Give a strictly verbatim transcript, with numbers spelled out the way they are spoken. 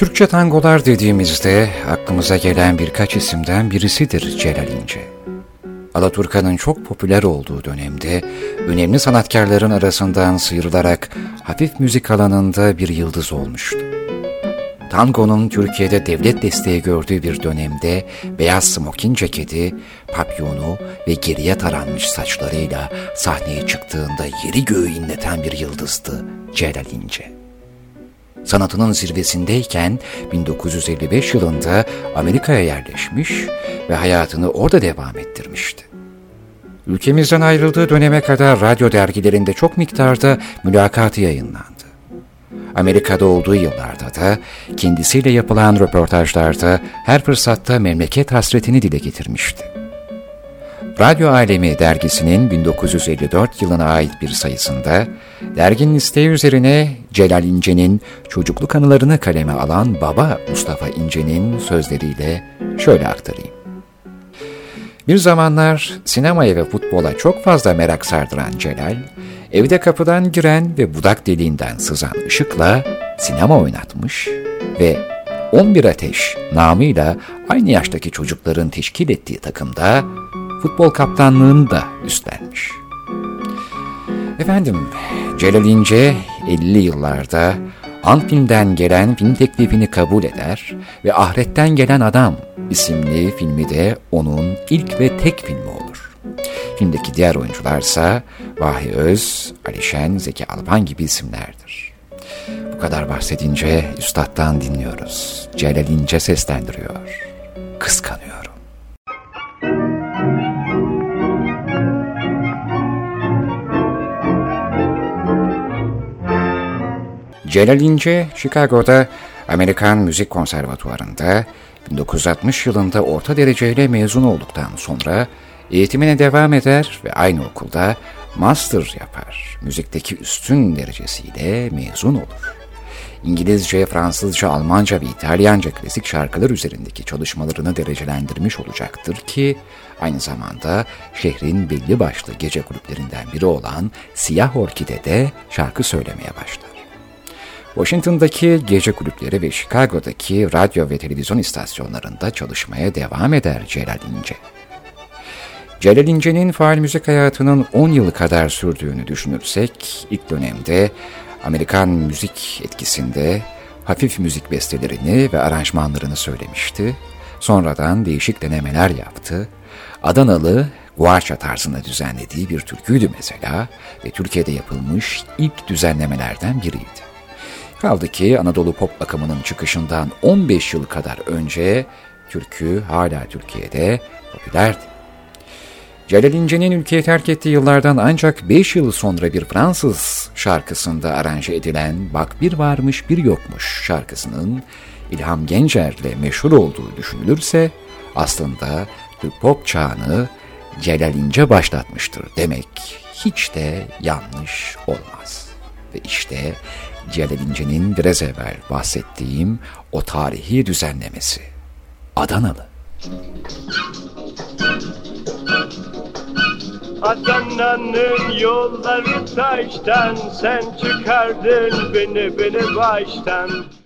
Türkçe tangolar dediğimizde aklımıza gelen birkaç isimden birisidir Celal İnce. Alaturka'nın çok popüler olduğu dönemde önemli sanatkarların arasından sıyrılarak hafif müzik alanında bir yıldız olmuştu. Tangonun Türkiye'de devlet desteği gördüğü bir dönemde beyaz smokin ceketi, papyonu ve geriye taranmış saçlarıyla sahneye çıktığında yeri göğü inleten bir yıldızdı Celal İnce. Sanatının zirvesindeyken bin dokuz yüz elli beş yılında Amerika'ya yerleşmiş ve hayatını orada devam ettirmişti. Ülkemizden ayrıldığı döneme kadar radyo dergilerinde çok miktarda mülakatı yayınlandı. Amerika'da olduğu yıllarda da kendisiyle yapılan röportajlarda her fırsatta memleket hasretini dile getirmişti. Radyo Alemi dergisinin bin dokuz yüz elli dört yılına ait bir sayısında derginin isteği üzerine Celal İnce'nin çocukluk anılarını kaleme alan baba Mustafa İnce'nin sözleriyle şöyle aktarayım. Bir zamanlar sinemaya ve futbola çok fazla merak sardıran Celal, evde kapıdan giren ve budak deliğinden sızan ışıkla sinema oynatmış ve on bir Ateş namıyla aynı yaştaki çocukların teşkil ettiği takımda futbol kaptanlığını da üstlenmiş. Efendim, Celal İnce elli yıllarda Anfilm'den gelen film teklifini kabul eder ve Ahiretten Gelen Adam isimli filmi de onun ilk ve tek filmi olur. Filmdeki diğer oyuncularsa Vahiy Öz, Alişen, Zeki Alpan gibi isimlerdir. Bu kadar bahsedince üstattan dinliyoruz. Celal İnce seslendiriyor. Kıskanıyorum. Celal İnce, Chicago'da Amerikan Müzik Konservatuvarı'nda bin dokuz yüz altmış yılında orta dereceyle mezun olduktan sonra eğitimine devam eder ve aynı okulda master yapar. Müzikteki üstün derecesiyle mezun olur. İngilizce, Fransızca, Almanca ve İtalyanca klasik şarkılar üzerindeki çalışmalarını derecelendirmiş olacaktır ki aynı zamanda şehrin belli başlı gece kulüplerinden biri olan Siyah Orkide'de şarkı söylemeye başlar. Washington'daki gece kulüpleri ve Chicago'daki radyo ve televizyon istasyonlarında çalışmaya devam eder Celal İnce. Celal İnce'nin faal müzik hayatının on yılı kadar sürdüğünü düşünürsek, ilk dönemde Amerikan müzik etkisinde hafif müzik bestelerini ve aranjmanlarını söylemişti. Sonradan değişik denemeler yaptı. Adanalı guarça tarzında düzenlediği bir türküydü mesela ve Türkiye'de yapılmış ilk düzenlemelerden biriydi. Kaldı ki Anadolu pop akımının çıkışından on beş yıl kadar önce türkü hala Türkiye'de popülerdi. Celal İnce'nin ülkeyi terk ettiği yıllardan ancak beş yıl sonra bir Fransız şarkısında aranje edilen Bak Bir Varmış Bir Yokmuş şarkısının İlham Gencer'le meşhur olduğu düşünülürse aslında Türk pop çağını Celal İnce başlatmıştır demek hiç de yanlış olmaz. Ve işte Celal İnce'nin biraz evvel bahsettiğim o tarihi düzenlemesi. Adanalı. Adana'nın yolları taştan, sen çıkardın beni beni baştan.